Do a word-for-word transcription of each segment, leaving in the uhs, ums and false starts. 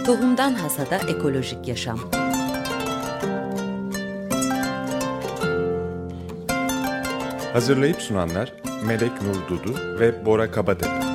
Tohumdan Hasada Ekolojik Yaşam. Hazırlayıp sunanlar Melek Nur Dudu ve Bora Kabatepe.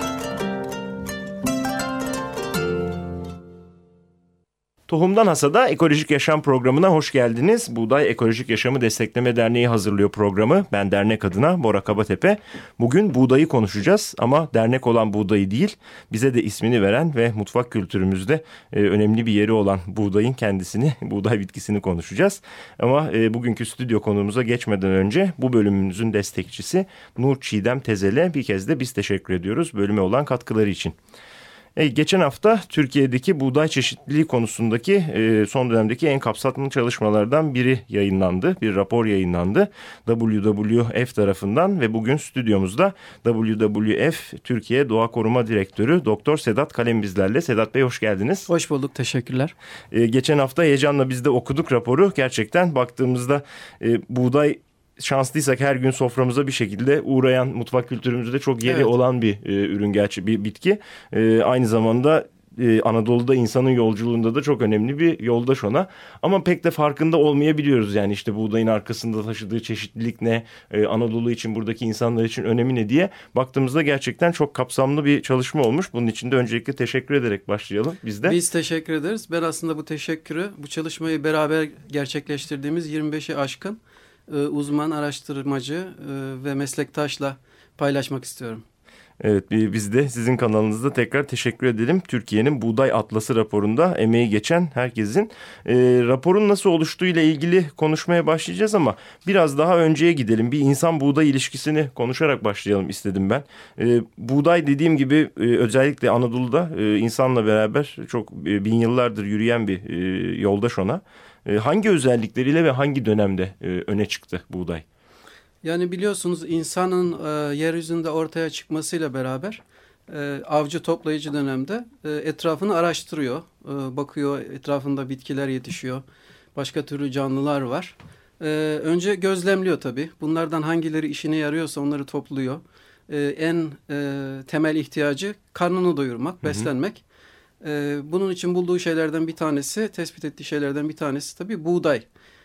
Tohumdan Hasada Ekolojik Yaşam programına hoş geldiniz. Buğday Ekolojik Yaşamı Destekleme Derneği hazırlıyor programı. Ben dernek adına Bora Kabatepe. Bugün buğdayı konuşacağız ama dernek olan buğdayı değil, bize de ismini veren ve mutfak kültürümüzde e, önemli bir yeri olan buğdayın kendisini, buğday bitkisini konuşacağız. Ama e, bugünkü stüdyo konuğumuza geçmeden önce bu bölümümüzün destekçisi Nur Çiğdem Tezel'e bir kez de biz teşekkür ediyoruz bölüme olan katkıları için. E, geçen hafta Türkiye'deki buğday çeşitliliği konusundaki e, son dönemdeki en kapsamlı çalışmalardan biri yayınlandı. Bir rapor yayınlandı W W F tarafından ve bugün stüdyomuzda W W F Türkiye Doğa Koruma Direktörü Doktor Sedat Kalem bizlerle. Sedat Bey hoş geldiniz. Hoş bulduk, teşekkürler. E, geçen hafta heyecanla biz de okuduk raporu. Gerçekten baktığımızda e, buğday... şanslıysak her gün soframıza bir şekilde uğrayan, mutfak kültürümüzde çok yeri evet. olan bir e, ürün, gerçi bir bitki. E, aynı zamanda e, Anadolu'da insanın yolculuğunda da çok önemli bir yoldaş ona. Ama pek de farkında olmayabiliyoruz. Yani işte buğdayın arkasında taşıdığı çeşitlilik ne, e, Anadolu için, buradaki insanlar için önemi ne diye baktığımızda gerçekten çok kapsamlı bir çalışma olmuş. Bunun için de öncelikle teşekkür ederek başlayalım biz de. Biz teşekkür ederiz. Ben aslında bu teşekkürü, bu çalışmayı beraber gerçekleştirdiğimiz yirmi beşi aşkın uzman, araştırmacı ve meslektaşla paylaşmak istiyorum. Evet, biz de sizin kanalınızda tekrar teşekkür edelim. Türkiye'nin Buğday Atlası raporunda emeği geçen herkesin. E, raporun nasıl oluştuğu ile ilgili konuşmaya başlayacağız ama biraz daha önceye gidelim. Bir insan-buğday ilişkisini konuşarak başlayalım istedim ben. E, buğday dediğim gibi e, özellikle Anadolu'da e, insanla beraber çok e, bin yıllardır yürüyen bir e, yoldaş ona. E, hangi özellikleriyle ve hangi dönemde e, öne çıktı buğday? Yani biliyorsunuz insanın e, yeryüzünde ortaya çıkmasıyla beraber e, avcı toplayıcı dönemde e, etrafını araştırıyor. E, bakıyor, etrafında bitkiler yetişiyor. Başka türlü canlılar var. E, önce gözlemliyor tabii. Bunlardan hangileri işine yarıyorsa onları topluyor. E, en e, temel ihtiyacı karnını doyurmak, hı hı. beslenmek. E, bunun için bulduğu şeylerden bir tanesi, tespit ettiği şeylerden bir tanesi tabii buğday.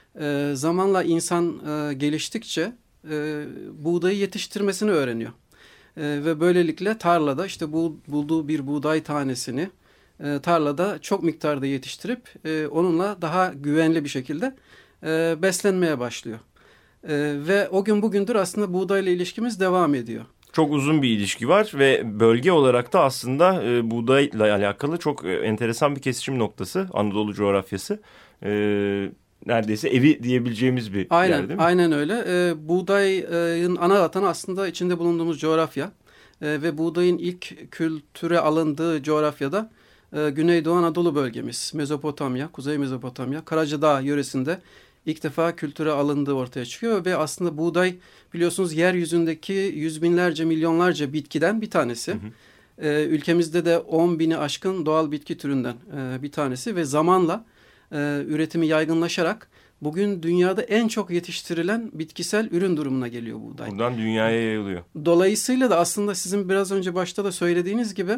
E, zamanla insan e, geliştikçe E, buğdayı yetiştirmesini öğreniyor. E, ve böylelikle tarlada işte bu bulduğu bir buğday tanesini e, tarlada çok miktarda yetiştirip e, onunla daha güvenli bir şekilde e, beslenmeye başlıyor. E, ve o gün bugündür aslında buğdayla ilişkimiz devam ediyor. Çok uzun bir ilişki var ve bölge olarak da aslında e, buğdayla alakalı çok e, enteresan bir kesişim noktası Anadolu coğrafyası. E, Neredeyse evi diyebileceğimiz bir aynen, yer değil mi? Aynen öyle. Ee, buğdayın ana vatanı aslında içinde bulunduğumuz coğrafya. Ee, ve buğdayın ilk kültüre alındığı coğrafyada e, Güneydoğu Anadolu bölgemiz. Mezopotamya, Kuzey Mezopotamya, Karacadağ yöresinde ilk defa kültüre alındığı ortaya çıkıyor. Ve aslında buğday biliyorsunuz yeryüzündeki yüz binlerce, milyonlarca bitkiden bir tanesi. Hı hı. Ee, ülkemizde de on bini aşkın doğal bitki türünden e, bir tanesi ve zamanla Ee, üretimi yaygınlaşarak bugün dünyada en çok yetiştirilen bitkisel ürün durumuna geliyor buğday. Buradan dünyaya yayılıyor. Dolayısıyla da aslında sizin biraz önce başta da söylediğiniz gibi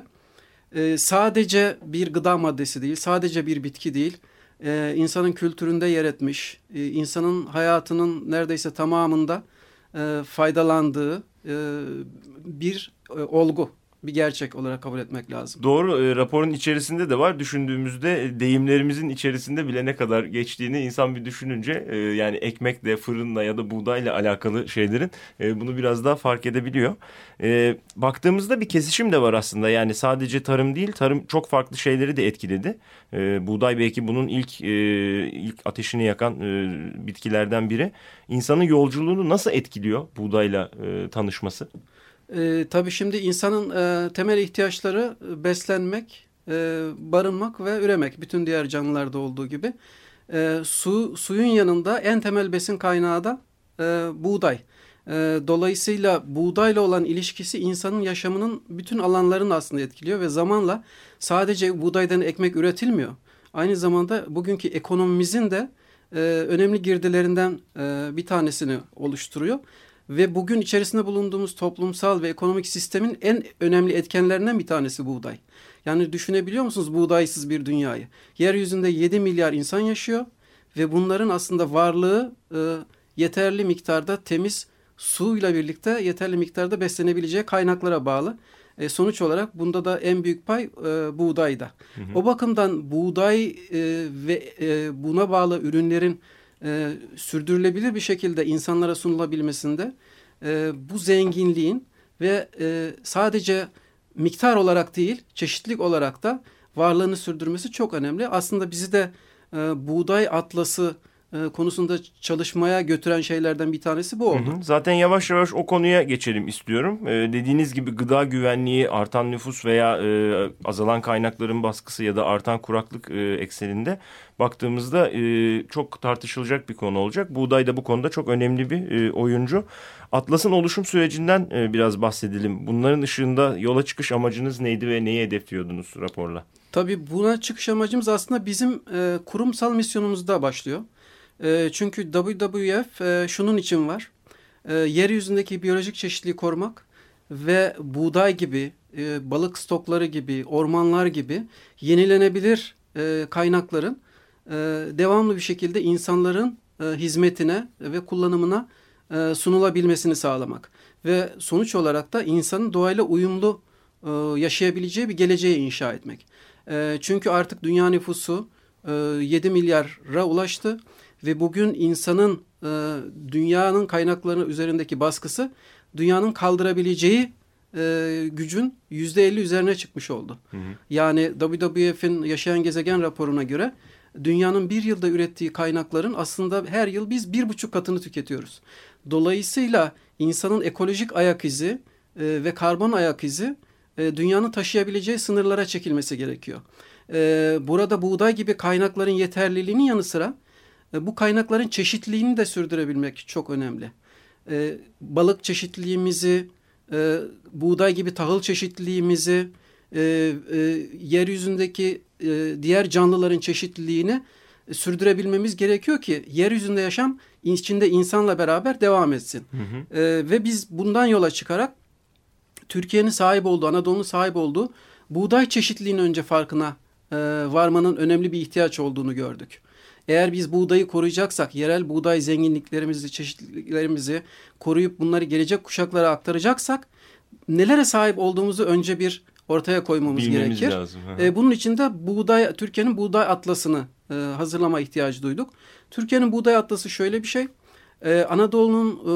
e, sadece bir gıda maddesi değil, sadece bir bitki değil, e, insanın kültüründe yer etmiş, e, insanın hayatının neredeyse tamamında e, faydalandığı e, bir e, olgu. Bir gerçek olarak kabul etmek lazım. Doğru, e, raporun içerisinde de var. Düşündüğümüzde e, deyimlerimizin içerisinde bile ne kadar geçtiğini insan bir düşününce e, yani ekmekle, fırınla ya da buğdayla alakalı şeylerin e, bunu biraz daha fark edebiliyor. E, baktığımızda bir kesişim de var aslında. Yani sadece tarım değil, tarım çok farklı şeyleri de etkiledi. E, buğday belki bunun ilk e, ilk ateşini yakan e, bitkilerden biri. İnsanın yolculuğunu nasıl etkiliyor buğdayla e, tanışması? E, tabii şimdi insanın e, temel ihtiyaçları beslenmek, e, barınmak ve üremek. Bütün diğer canlılarda olduğu gibi. E, su Suyun yanında en temel besin kaynağı da e, buğday. E, dolayısıyla buğdayla olan ilişkisi insanın yaşamının bütün alanlarını aslında etkiliyor ve zamanla sadece buğdaydan ekmek üretilmiyor. Aynı zamanda bugünkü ekonomimizin de e, önemli girdilerinden e, bir tanesini oluşturuyor. Ve bugün içerisinde bulunduğumuz toplumsal ve ekonomik sistemin en önemli etkenlerinden bir tanesi buğday. Yani düşünebiliyor musunuz buğdaysız bir dünyayı? Yeryüzünde yedi milyar insan yaşıyor ve bunların aslında varlığı e, yeterli miktarda temiz suyla birlikte yeterli miktarda beslenebileceği kaynaklara bağlı. E, sonuç olarak bunda da en büyük pay e, buğdayda. Hı hı. O bakımdan buğday e, ve e, buna bağlı ürünlerin e, sürdürülebilir bir şekilde insanlara sunulabilmesinde e, bu zenginliğin ve e, sadece miktar olarak değil çeşitlilik olarak da varlığını sürdürmesi çok önemli. Aslında bizi de e, buğday atlası e, konusunda çalışmaya götüren şeylerden bir tanesi bu oldu. Hı hı. Zaten yavaş yavaş o konuya geçelim istiyorum. Ee, dediğiniz gibi gıda güvenliği, artan nüfus veya e, azalan kaynakların baskısı ya da artan kuraklık e, ekseninde baktığımızda e, çok tartışılacak bir konu olacak. Buğday da bu konuda çok önemli bir e, oyuncu. Atlas'ın oluşum sürecinden e, biraz bahsedelim. Bunların ışığında yola çıkış amacınız neydi ve neyi hedefliyordunuz raporla? Tabii buna çıkış amacımız aslında bizim e, kurumsal misyonumuzda başlıyor. E, çünkü W W F e, şunun için var. E, yeryüzündeki biyolojik çeşitliliği korumak ve buğday gibi, e, balık stokları gibi, ormanlar gibi yenilenebilir e, kaynakların e, devamlı bir şekilde insanların e, hizmetine ve kullanımına e, sunulabilmesini sağlamak. Ve sonuç olarak da insanın doğayla uyumlu e, yaşayabileceği bir geleceği inşa etmek. E, çünkü artık dünya nüfusu e, yedi milyara ulaştı. Ve bugün insanın e, dünyanın kaynakları üzerindeki baskısı dünyanın kaldırabileceği e, gücün yüzde elli üzerine çıkmış oldu. Hı hı. Yani W W F'in Yaşayan Gezegen raporuna göre dünyanın bir yılda ürettiği kaynakların aslında her yıl biz bir buçuk katını tüketiyoruz. Dolayısıyla insanın ekolojik ayak izi e, ve karbon ayak izi e, dünyanın taşıyabileceği sınırlara çekilmesi gerekiyor. E, burada buğday gibi kaynakların yeterliliğinin yanı sıra bu kaynakların çeşitliliğini de sürdürebilmek çok önemli. Ee, balık çeşitliliğimizi, e, buğday gibi tahıl çeşitliliğimizi, e, e, yeryüzündeki e, diğer canlıların çeşitliliğini e, sürdürebilmemiz gerekiyor ki yeryüzünde yaşam içinde insanla beraber devam etsin. Hı hı. E, ve biz bundan yola çıkarak Türkiye'nin sahip olduğu, Anadolu'nun sahip olduğu buğday çeşitliliğinin önce farkına e, varmanın önemli bir ihtiyaç olduğunu gördük. Eğer biz buğdayı koruyacaksak, yerel buğday zenginliklerimizi, çeşitliliklerimizi koruyup bunları gelecek kuşaklara aktaracaksak nelere sahip olduğumuzu önce bir ortaya koymamız Bilmemiz gerekir. Lazım, e, bunun için de buğday, Türkiye'nin buğday atlasını e, hazırlama ihtiyacı duyduk. Türkiye'nin buğday atlası şöyle bir şey. E, Anadolu'nun e,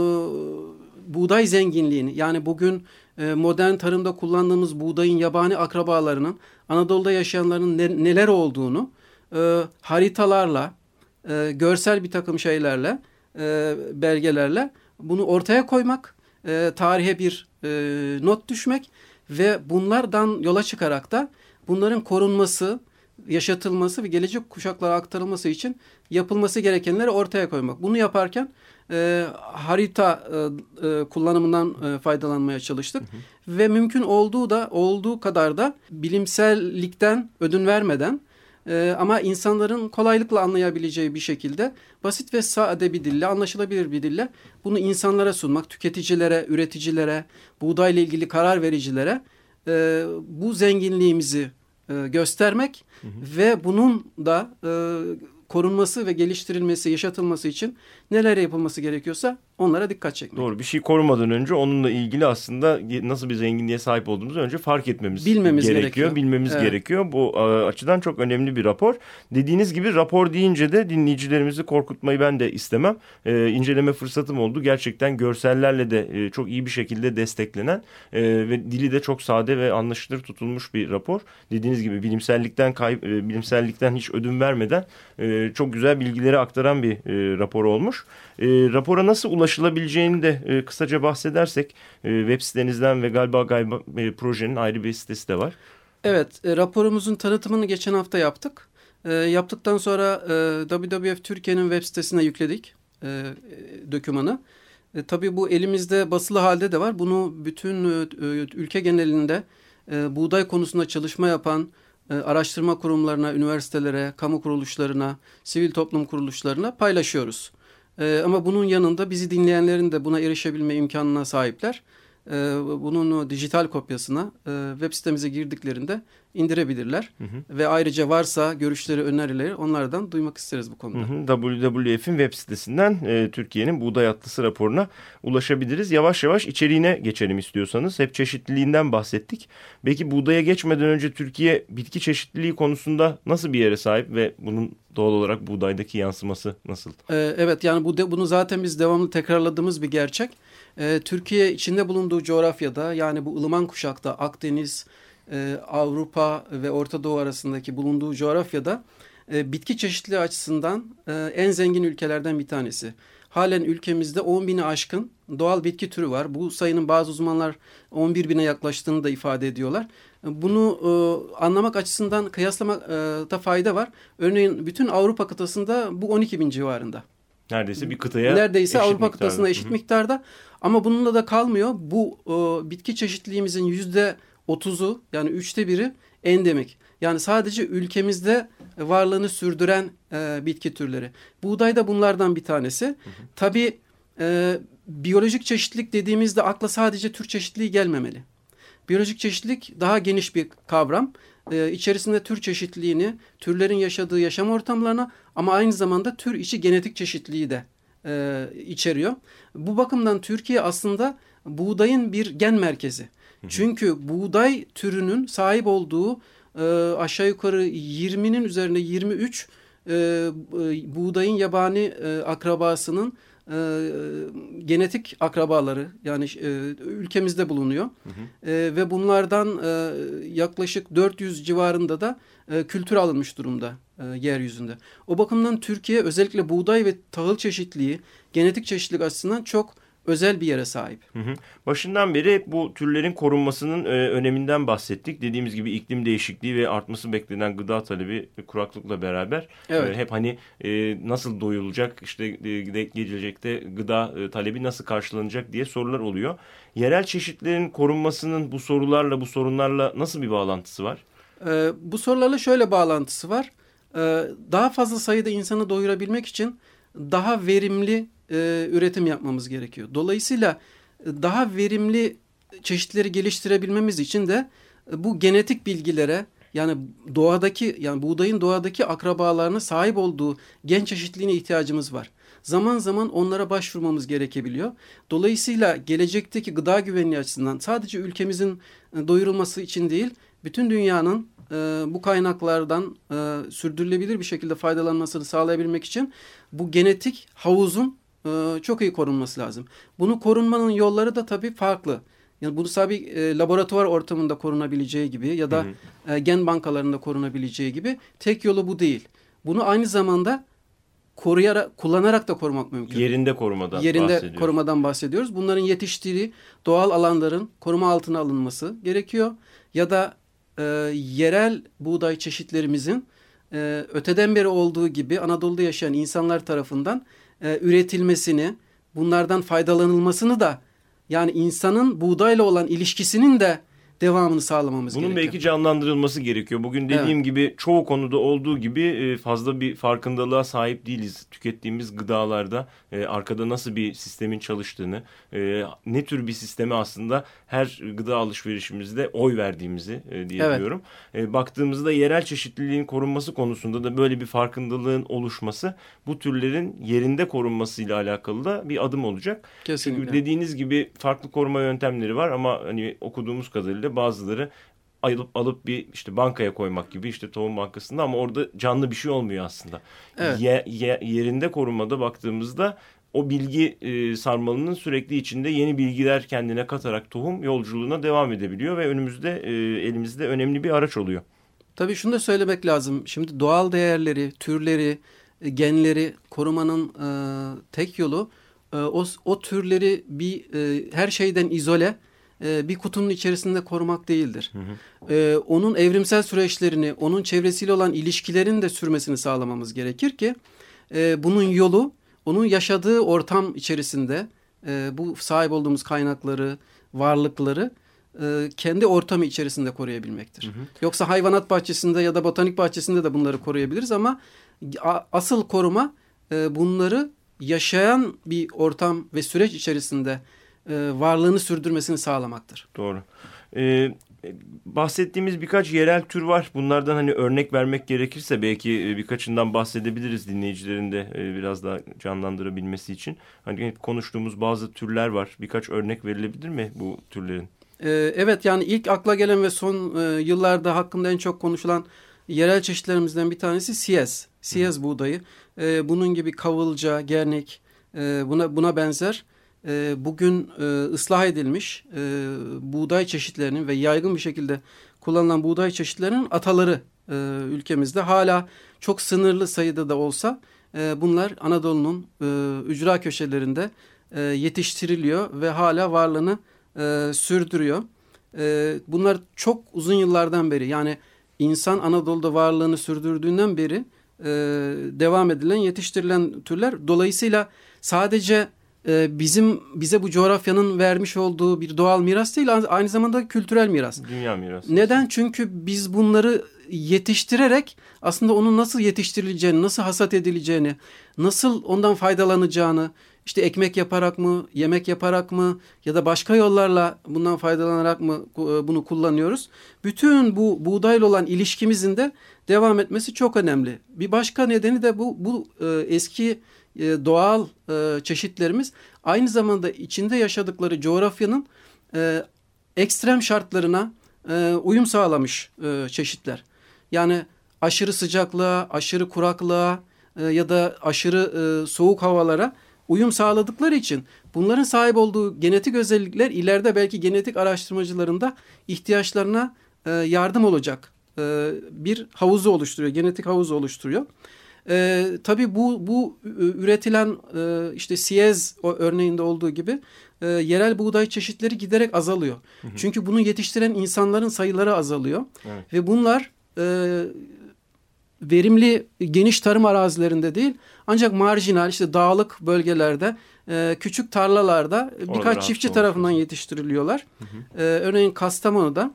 buğday zenginliğini, yani bugün e, modern tarımda kullandığımız buğdayın yabani akrabalarının Anadolu'da yaşayanların ne, neler olduğunu e, haritalarla, e, görsel bir takım şeylerle, e, belgelerle bunu ortaya koymak, e, tarihe bir e, not düşmek ve bunlardan yola çıkarak da bunların korunması, yaşatılması ve gelecek kuşaklara aktarılması için yapılması gerekenleri ortaya koymak. Bunu yaparken e, harita e, e, kullanımından e, faydalanmaya çalıştık. Hı hı. Ve mümkün olduğu da olduğu kadar da bilimsellikten ödün vermeden e, ama insanların kolaylıkla anlayabileceği bir şekilde basit ve sade bir dille, anlaşılabilir bir dille bunu insanlara sunmak, tüketicilere, üreticilere, buğdayla ilgili karar vericilere e, bu zenginliğimizi e, göstermek, hı hı, ve bunun da e, korunması ve geliştirilmesi, yaşatılması için neler yapılması gerekiyorsa onlara dikkat çekmek. Doğru. Bir şey korumadan önce onunla ilgili aslında nasıl bir zenginliğe sahip olduğumuzu önce fark etmemiz Bilmemiz gerekiyor. gerekiyor. Bilmemiz evet. gerekiyor. Bu açıdan çok önemli bir rapor. Dediğiniz gibi rapor deyince de dinleyicilerimizi korkutmayı ben de istemem. Ee, inceleme fırsatım oldu. Gerçekten görsellerle de e, çok iyi bir şekilde desteklenen e, ve dili de çok sade ve anlaşılır tutulmuş bir rapor. Dediğiniz gibi bilimsellikten kay, e, bilimsellikten hiç ödün vermeden e, çok güzel bilgileri aktaran bir e, rapor olmuş. E, rapora nasıl ulaşılabileceğini de e, kısaca bahsedersek e, web sitenizden ve galiba galiba e, projenin ayrı bir sitesi de var. Evet, e, raporumuzun tanıtımını geçen hafta yaptık. E, yaptıktan sonra e, W W F Türkiye'nin web sitesine yükledik e, e, dokümanı. E, tabii bu elimizde basılı halde de var. Bunu bütün e, ülke genelinde e, buğday konusunda çalışma yapan e, araştırma kurumlarına, üniversitelere, kamu kuruluşlarına, sivil toplum kuruluşlarına paylaşıyoruz. E, ama bunun yanında bizi dinleyenlerin de buna erişebilme imkanına sahipler. E, bunun dijital kopyasına e, web sitemize girdiklerinde indirebilirler. Hı hı. Ve ayrıca varsa görüşleri, önerileri onlardan duymak isteriz bu konuda. Hı hı. W W F'in web sitesinden e, Türkiye'nin buğday atlısı raporuna ulaşabiliriz. Yavaş yavaş içeriğine geçelim istiyorsanız. Hep çeşitliliğinden bahsettik. Belki buğdaya geçmeden önce Türkiye bitki çeşitliliği konusunda nasıl bir yere sahip ve bunun doğal olarak buğdaydaki yansıması nasıl? Ee, evet, yani bu de, bunu zaten biz devamlı tekrarladığımız bir gerçek. Ee, Türkiye içinde bulunduğu coğrafyada, yani bu ılıman kuşakta, Akdeniz, e, Avrupa ve Orta Doğu arasındaki bulunduğu coğrafyada e, bitki çeşitliliği açısından e, en zengin ülkelerden bir tanesi. Halen ülkemizde on bini aşkın doğal bitki türü var. Bu sayının bazı uzmanlar on bir bine yaklaştığını da ifade ediyorlar. Bunu e, anlamak açısından kıyaslamakta fayda var. Örneğin bütün Avrupa kıtasında bu on iki bin civarında. Neredeyse bir kıtaya Neredeyse eşit Avrupa miktarda. kıtasında eşit Hı-hı. miktarda. Ama bununla da kalmıyor. Bu e, bitki çeşitliliğimizin yüzde otuzu, yani üçte biri endemik. Yani sadece ülkemizde varlığını sürdüren e, bitki türleri. Buğday da bunlardan bir tanesi. Hı hı. Tabii e, biyolojik çeşitlilik dediğimizde akla sadece tür çeşitliliği gelmemeli. Biyolojik çeşitlilik daha geniş bir kavram. Ee, içerisinde tür çeşitliliğini, türlerin yaşadığı yaşam ortamlarına ama aynı zamanda tür içi genetik çeşitliliği de e, içeriyor. Bu bakımdan Türkiye aslında buğdayın bir gen merkezi. Hı hı. Çünkü buğday türünün sahip olduğu e, aşağı yukarı yirminin üzerinde yirmi üç e, buğdayın yabani e, akrabasının E, genetik akrabaları, yani e, ülkemizde bulunuyor. Hı hı. E, ve bunlardan e, yaklaşık dört yüz civarında da e, kültür alınmış durumda e, yeryüzünde. O bakımdan Türkiye özellikle buğday ve tahıl çeşitliliği, genetik çeşitlilik açısından çok özel bir yere sahip. Hı hı. Başından beri bu türlerin korunmasının e, öneminden bahsettik. Dediğimiz gibi iklim değişikliği ve artması beklenen gıda talebi kuraklıkla beraber evet. e, hep hani e, nasıl doyulacak, işte e, gelecekte gıda e, talebi nasıl karşılanacak diye sorular oluyor. Yerel çeşitlerin korunmasının bu sorularla, bu sorunlarla nasıl bir bağlantısı var? E, bu sorularla şöyle bağlantısı var. E, daha fazla sayıda insanı doyurabilmek için daha verimli E, üretim yapmamız gerekiyor. Dolayısıyla e, daha verimli çeşitleri geliştirebilmemiz için de e, bu genetik bilgilere, yani doğadaki, yani buğdayın doğadaki akrabalarına sahip olduğu gen çeşitliliğine ihtiyacımız var. Zaman zaman onlara başvurmamız gerekebiliyor. Dolayısıyla gelecekteki gıda güvenliği açısından sadece ülkemizin e, doyurulması için değil, bütün dünyanın e, bu kaynaklardan e, sürdürülebilir bir şekilde faydalanmasını sağlayabilmek için bu genetik havuzun çok iyi korunması lazım. Bunu korunmanın yolları da tabii farklı. Yani bunu tabii e, laboratuvar ortamında korunabileceği gibi ya da hı hı. E, gen bankalarında korunabileceği gibi tek yolu bu değil. Bunu aynı zamanda koruyarak, kullanarak da korumak mümkün. Yerinde korumadan Yerinde bahsediyoruz. korumadan bahsediyoruz. Bunların yetiştiği doğal alanların koruma altına alınması gerekiyor. Ya da e, yerel buğday çeşitlerimizin e, öteden beri olduğu gibi Anadolu'da yaşayan insanlar tarafından e, üretilmesini, bunlardan faydalanılmasını da, yani insanın buğdayla olan ilişkisinin de devamını sağlamamız Bunun gerekiyor. belki canlandırılması gerekiyor. Bugün dediğim evet. gibi çoğu konuda olduğu gibi fazla bir farkındalığa sahip değiliz. Tükettiğimiz gıdalarda arkada nasıl bir sistemin çalıştığını, ne tür bir sisteme aslında her gıda alışverişimizde oy verdiğimizi diyebiliyorum. Evet. Baktığımızda yerel çeşitliliğin korunması konusunda da böyle bir farkındalığın oluşması bu türlerin yerinde korunmasıyla alakalı da bir adım olacak. Kesinlikle. Çünkü dediğiniz gibi farklı koruma yöntemleri var ama hani okuduğumuz kadarıyla bazıları alıp alıp bir işte bankaya koymak gibi, işte tohum bankasında, ama orada canlı bir şey olmuyor aslında. Evet. Ye, ye, yerinde korunmada baktığımızda o bilgi e, sarmalının sürekli içinde yeni bilgiler kendine katarak tohum yolculuğuna devam edebiliyor ve önümüzde e, elimizde önemli bir araç oluyor. Tabii şunu da söylemek lazım. Şimdi doğal değerleri, türleri, genleri korumanın e, tek yolu e, o, o türleri bir e, her şeyden izole bir kutunun içerisinde korumak değildir. Hı hı. Ee, onun evrimsel süreçlerini, onun çevresiyle olan ilişkilerin de sürmesini sağlamamız gerekir ki e, bunun yolu, onun yaşadığı ortam içerisinde e, bu sahip olduğumuz kaynakları, varlıkları e, kendi ortamı içerisinde koruyabilmektir. Hı hı. Yoksa hayvanat bahçesinde ya da botanik bahçesinde de bunları koruyabiliriz ama a, asıl koruma e, bunları yaşayan bir ortam ve süreç içerisinde e, varlığını sürdürmesini sağlamaktır. Doğru. Ee, bahsettiğimiz birkaç yerel tür var. Bunlardan hani örnek vermek gerekirse belki birkaçından bahsedebiliriz dinleyicilerin de biraz daha canlandırabilmesi için. Hani konuştuğumuz bazı türler var. Birkaç örnek verilebilir mi bu türlerin? Ee, evet, yani ilk akla gelen ve son e, yıllarda hakkında en çok konuşulan yerel çeşitlerimizden bir tanesi siyez. Siyez buğdayı. Ee, bunun gibi kavılca, gernek, e, buna buna benzer e, bugün e, ıslah edilmiş e, buğday çeşitlerinin ve yaygın bir şekilde kullanılan buğday çeşitlerinin ataları e, ülkemizde hala çok sınırlı sayıda da olsa e, bunlar Anadolu'nun e, ücra köşelerinde e, yetiştiriliyor ve hala varlığını e, sürdürüyor. E, bunlar çok uzun yıllardan beri, yani insan Anadolu'da varlığını sürdürdüğünden beri e, devam edilen, yetiştirilen türler. Dolayısıyla sadece e, bizim bize bu coğrafyanın vermiş olduğu bir doğal miras değil, aynı zamanda kültürel miras. Dünya mirası. Neden? Çünkü biz bunları yetiştirerek aslında onun nasıl yetiştirileceğini, nasıl hasat edileceğini, nasıl ondan faydalanacağını, işte ekmek yaparak mı, yemek yaparak mı ya da başka yollarla bundan faydalanarak mı bunu kullanıyoruz? Bütün bu buğdayla olan ilişkimizin de devam etmesi çok önemli. Bir başka nedeni de bu, bu e, eski e, doğal e, çeşitlerimiz aynı zamanda içinde yaşadıkları coğrafyanın e, ekstrem şartlarına e, uyum sağlamış e, çeşitler. Yani aşırı sıcaklığa, aşırı kuraklığa e, ya da aşırı e, soğuk havalara uyum sağladıkları için bunların sahip olduğu genetik özellikler ileride belki genetik araştırmacıların da ihtiyaçlarına e, yardım olacak e, bir havuzu oluşturuyor, genetik havuzu oluştururuyor. E, tabii bu bu üretilen e, işte siyez örneğinde olduğu gibi e, yerel buğday çeşitleri giderek azalıyor. Hı hı. Çünkü bunu yetiştiren insanların sayıları azalıyor. Evet. Ve bunlar e, verimli geniş tarım arazilerinde değil, ancak marjinal işte dağlık bölgelerde e, küçük tarlalarda orada birkaç çiftçi tarafından olsun. yetiştiriliyorlar. Hı hı. E, örneğin Kastamonu'da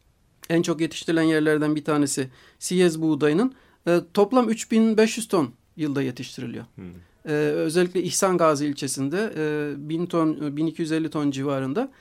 en çok yetiştirilen yerlerden bir tanesi siyez buğdayının e, toplam üç bin beş yüz ton yılda yetiştiriliyor. Hı. E, özellikle İhsan Gazi ilçesinde e, bin ton, bin iki yüz elli ton civarında.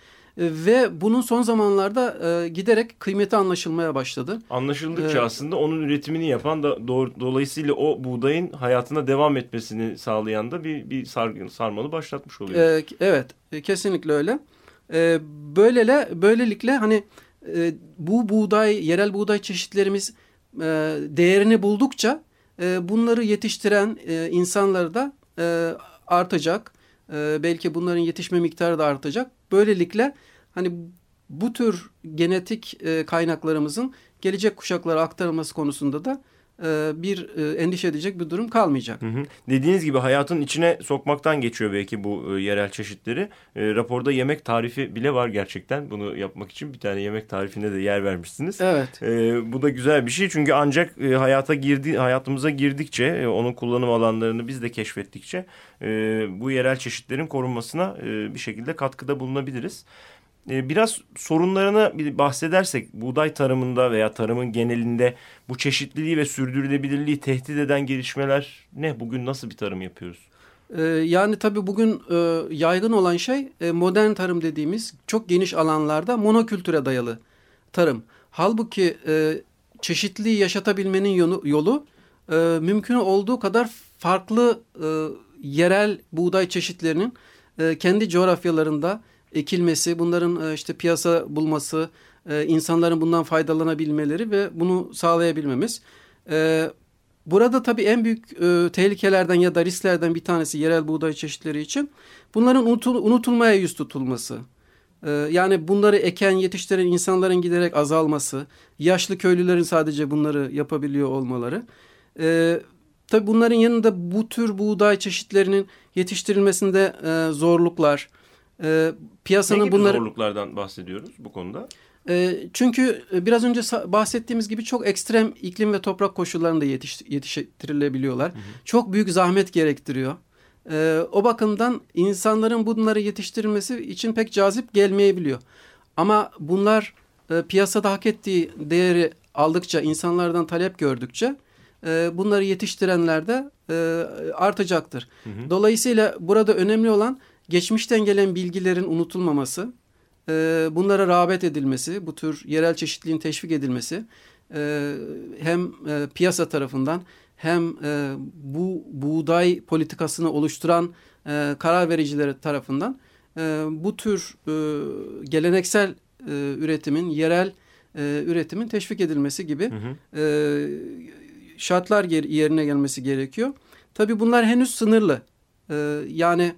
Ve bunun son zamanlarda e, giderek kıymeti anlaşılmaya başladı. Anlaşıldıkça ee, aslında onun üretimini yapan da doğru, dolayısıyla o buğdayın hayatına devam etmesini sağlayan da bir, bir sar, sarmalı başlatmış oluyor. E, evet, e, kesinlikle öyle. E, böylele, böylelikle hani e, bu buğday, yerel buğday çeşitlerimiz e, değerini buldukça e, bunları yetiştiren e, insanlar da e, artacak. E, belki bunların yetişme miktarı da artacak. Böylelikle hani bu tür genetik e, kaynaklarımızın gelecek kuşaklara aktarılması konusunda da e, bir e, endişe edecek bir durum kalmayacak. Hı hı. Dediğiniz gibi hayatın içine sokmaktan geçiyor belki bu e, yerel çeşitleri. E, raporda yemek tarifi bile var gerçekten. Bunu yapmak için bir tane yemek tarifine de yer vermişsiniz. Evet. E, bu da güzel bir şey çünkü ancak e, hayata girdi, hayatımıza girdikçe, e, onun kullanım alanlarını biz de keşfettikçe e, bu yerel çeşitlerin korunmasına e, bir şekilde katkıda bulunabiliriz. Biraz sorunlarına bahsedersek buğday tarımında veya tarımın genelinde bu çeşitliliği ve sürdürülebilirliği tehdit eden gelişmeler ne? Bugün nasıl bir tarım yapıyoruz? Ee, yani tabii bugün e, yaygın olan şey e, modern tarım dediğimiz çok geniş alanlarda monokültüre dayalı tarım. Halbuki e, çeşitliliği yaşatabilmenin yolu, yolu e, mümkün olduğu kadar farklı e, yerel buğday çeşitlerinin e, kendi coğrafyalarında ekilmesi, bunların işte piyasa bulması, insanların bundan faydalanabilmeleri ve bunu sağlayabilmemiz. Burada tabii en büyük tehlikelerden ya da risklerden bir tanesi yerel buğday çeşitleri için bunların unutulmaya yüz tutulması. Yani bunları eken, yetiştiren insanların giderek azalması, yaşlı köylülerin sadece bunları yapabiliyor olmaları. Tabii bunların yanında bu tür buğday çeşitlerinin yetiştirilmesinde zorluklar, E, piyasanın ne gibi bunları, zorluklardan bahsediyoruz bu konuda? E, çünkü biraz önce bahsettiğimiz gibi çok ekstrem iklim ve toprak koşullarında yetiş, yetiştirilebiliyorlar. Hı hı. Çok büyük zahmet gerektiriyor. E, o bakımdan insanların bunları yetiştirilmesi için pek cazip gelmeyebiliyor. Ama bunlar e, piyasada hak ettiği değeri aldıkça, insanlardan talep gördükçe e, bunları yetiştirenler de e, artacaktır. Hı hı. Dolayısıyla burada önemli olan geçmişten gelen bilgilerin unutulmaması, e, bunlara rağbet edilmesi, bu tür yerel çeşitliliğin teşvik edilmesi e, hem e, piyasa tarafından hem e, bu buğday politikasını oluşturan e, karar vericileri tarafından e, bu tür e, geleneksel e, üretimin, yerel e, üretimin teşvik edilmesi gibi Hı hı. e, şartlar yer, yerine gelmesi gerekiyor. Tabii bunlar henüz sınırlı. E, yani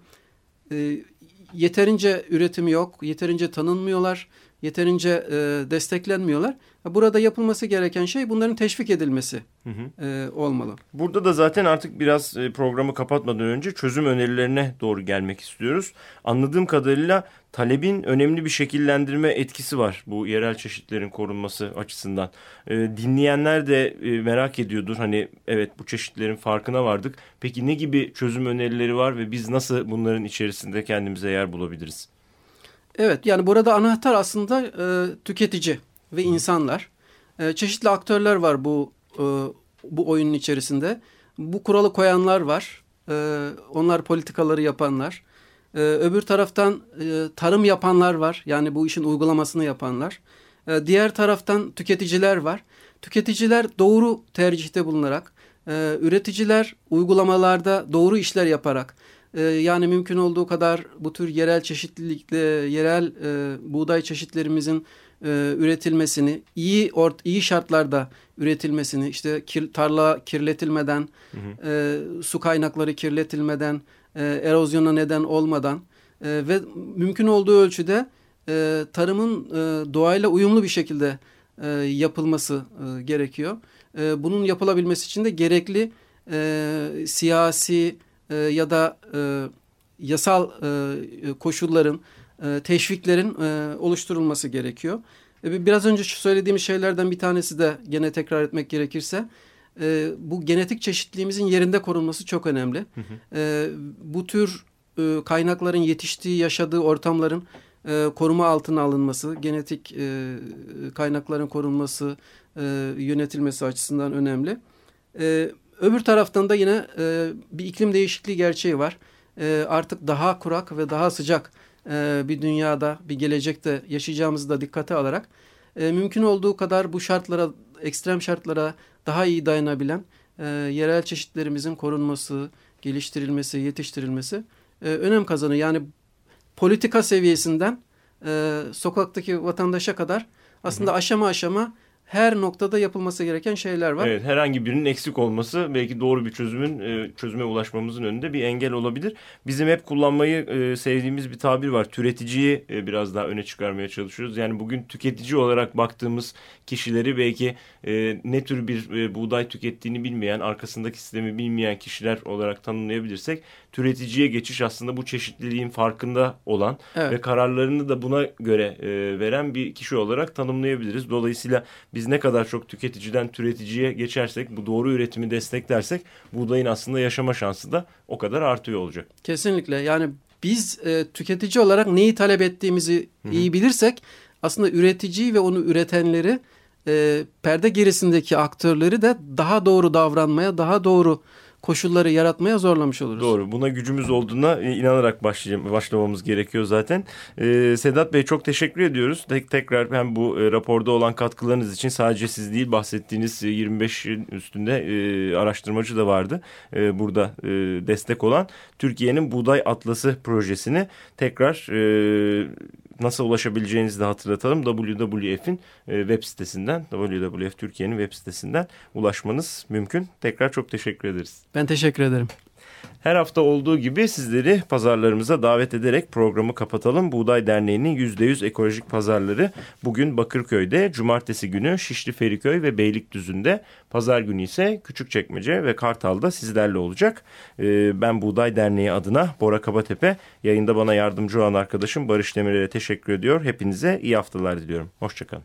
e, yeterince üretimi yok, yeterince tanınmıyorlar, yeterince e, desteklenmiyorlar. Burada yapılması gereken şey bunların teşvik edilmesi Hı hı. e, olmalı. Burada da zaten artık biraz e, programı kapatmadan önce çözüm önerilerine doğru gelmek istiyoruz. Anladığım kadarıyla talebin önemli bir şekillendirme etkisi var bu yerel çeşitlerin korunması açısından. E, dinleyenler de e, merak ediyordur. Hani evet, bu çeşitlerin farkına vardık. Peki ne gibi çözüm önerileri var ve biz nasıl bunların içerisinde kendimize yer bulabiliriz? Evet, yani burada anahtar aslında e, tüketici ve insanlar. E, çeşitli aktörler var bu e, bu oyunun içerisinde. Bu kuralı koyanlar var. E, onlar politikaları yapanlar. E, öbür taraftan e, tarım yapanlar var. Yani bu işin uygulamasını yapanlar. E, diğer taraftan tüketiciler var. Tüketiciler doğru tercihte bulunarak, e, üreticiler uygulamalarda doğru işler yaparak, e, yani mümkün olduğu kadar bu tür yerel çeşitlilikle, yerel e, buğday çeşitlerimizin e, üretilmesini, iyi ort iyi şartlarda üretilmesini, işte kir, tarla kirletilmeden, hı hı. E, su kaynakları kirletilmeden, e, erozyona neden olmadan e, ve mümkün olduğu ölçüde e, tarımın e, doğayla uyumlu bir şekilde e, yapılması e, gerekiyor. E, bunun yapılabilmesi için de gerekli e, siyasi e, ya da e, yasal e, koşulların, e, teşviklerin e, oluşturulması gerekiyor. E, biraz önce şu söylediğimiz şeylerden bir tanesi de gene tekrar etmek gerekirse, e, bu genetik çeşitliliğimizin yerinde korunması çok önemli. Hı hı. E, bu tür e, kaynakların yetiştiği, yaşadığı ortamların e, koruma altına alınması, genetik e, kaynakların korunması, e, yönetilmesi açısından önemli. E, öbür taraftan da yine e, bir iklim değişikliği gerçeği var. E, artık daha kurak ve daha sıcak e, bir dünyada, bir gelecekte yaşayacağımızı da dikkate alarak e, mümkün olduğu kadar bu şartlara, ekstrem şartlara daha iyi dayanabilen e, yerel çeşitlerimizin korunması, geliştirilmesi, yetiştirilmesi e, önem kazanıyor. Yani politika seviyesinden e, sokaktaki vatandaşa kadar aslında hı hı. aşama aşama her noktada yapılması gereken şeyler var. Evet, herhangi birinin eksik olması belki doğru bir çözümün e, çözüme ulaşmamızın önünde bir engel olabilir. Bizim hep kullanmayı e, sevdiğimiz bir tabir var. Türeticiyi e, biraz daha öne çıkarmaya çalışıyoruz. Yani bugün tüketici olarak baktığımız kişileri belki e, ne tür bir e, buğday tükettiğini bilmeyen, arkasındaki sistemi bilmeyen kişiler olarak tanımlayabilirsek, türeticiye geçiş aslında bu çeşitliliğin farkında olan evet. ve kararlarını da buna göre e, veren bir kişi olarak tanımlayabiliriz. Dolayısıyla biz ne kadar çok tüketiciden türeticiye geçersek, bu doğru üretimi desteklersek, buğdayın aslında yaşama şansı da o kadar artıyor olacak. Kesinlikle. Yani biz e, tüketici olarak neyi talep ettiğimizi Hı-hı. iyi bilirsek, aslında üreticiyi ve onu üretenleri, e, perde gerisindeki aktörleri de daha doğru davranmaya, daha doğru koşulları yaratmaya zorlamış oluruz. Doğru. Buna gücümüz olduğuna inanarak başlamamız gerekiyor zaten. Ee, Sedat Bey, çok teşekkür ediyoruz. Tek, tekrar hem bu e, raporda olan katkılarınız için, sadece siz değil, bahsettiğiniz yirmi beşin üstünde e, araştırmacı da vardı. E, burada e, destek olan Türkiye'nin Buğday Atlası projesini tekrar e, nasıl ulaşabileceğinizi de hatırlatalım. W W F'in e, web sitesinden, W W F Türkiye'nin web sitesinden ulaşmanız mümkün. Tekrar çok teşekkür ederiz. Ben teşekkür ederim. Her hafta olduğu gibi sizleri pazarlarımıza davet ederek programı kapatalım. Buğday Derneği'nin yüzde yüz ekolojik pazarları bugün Bakırköy'de, cumartesi günü Şişli Feriköy ve Beylikdüzü'nde, pazar günü ise Küçükçekmece ve Kartal'da sizlerle olacak. Ee, ben Buğday Derneği adına Bora Kabatepe, yayında bana yardımcı olan arkadaşım Barış Demirel'e teşekkür ediyor. Hepinize iyi haftalar diliyorum. Hoşçakalın.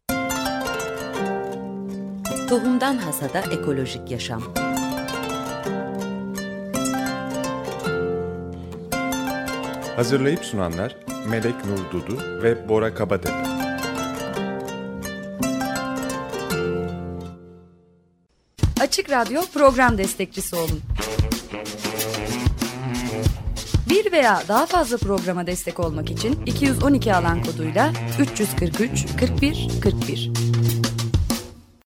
Tohumdan Hasada Ekolojik Yaşam. Hazırlayıp sunanlar Melek Nur Dudu ve Bora Kabatepe. Açık Radyo program destekçisi olun. Bir veya daha fazla programa destek olmak için iki yüz on iki alan koduyla üç yüz kırk üç kırk bir kırk bir.